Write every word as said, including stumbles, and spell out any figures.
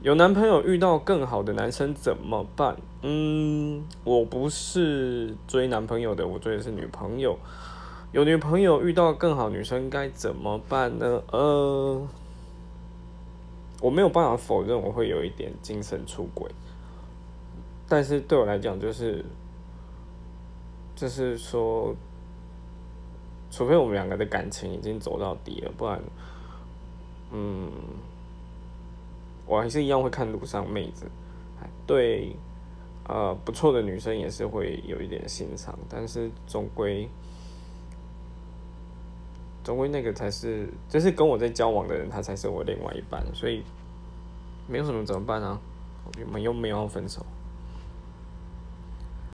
有男朋友遇到更好的男生怎么办？嗯，我不是追男朋友的，我追的是女朋友。有女朋友遇到更好女生该怎么办呢？呃，我没有办法否认我会有一点精神出轨，但是对我来讲，就是就是说，除非我们两个的感情已经走到底了，不然，嗯，我还是一样会看路上妹子，对，呃，不错的女生也是会有一点欣赏，但是总归，总归那个才是，就是跟我在交往的人，他才是我另外一半，所以没有什么怎么办啊？我们又没有要分手。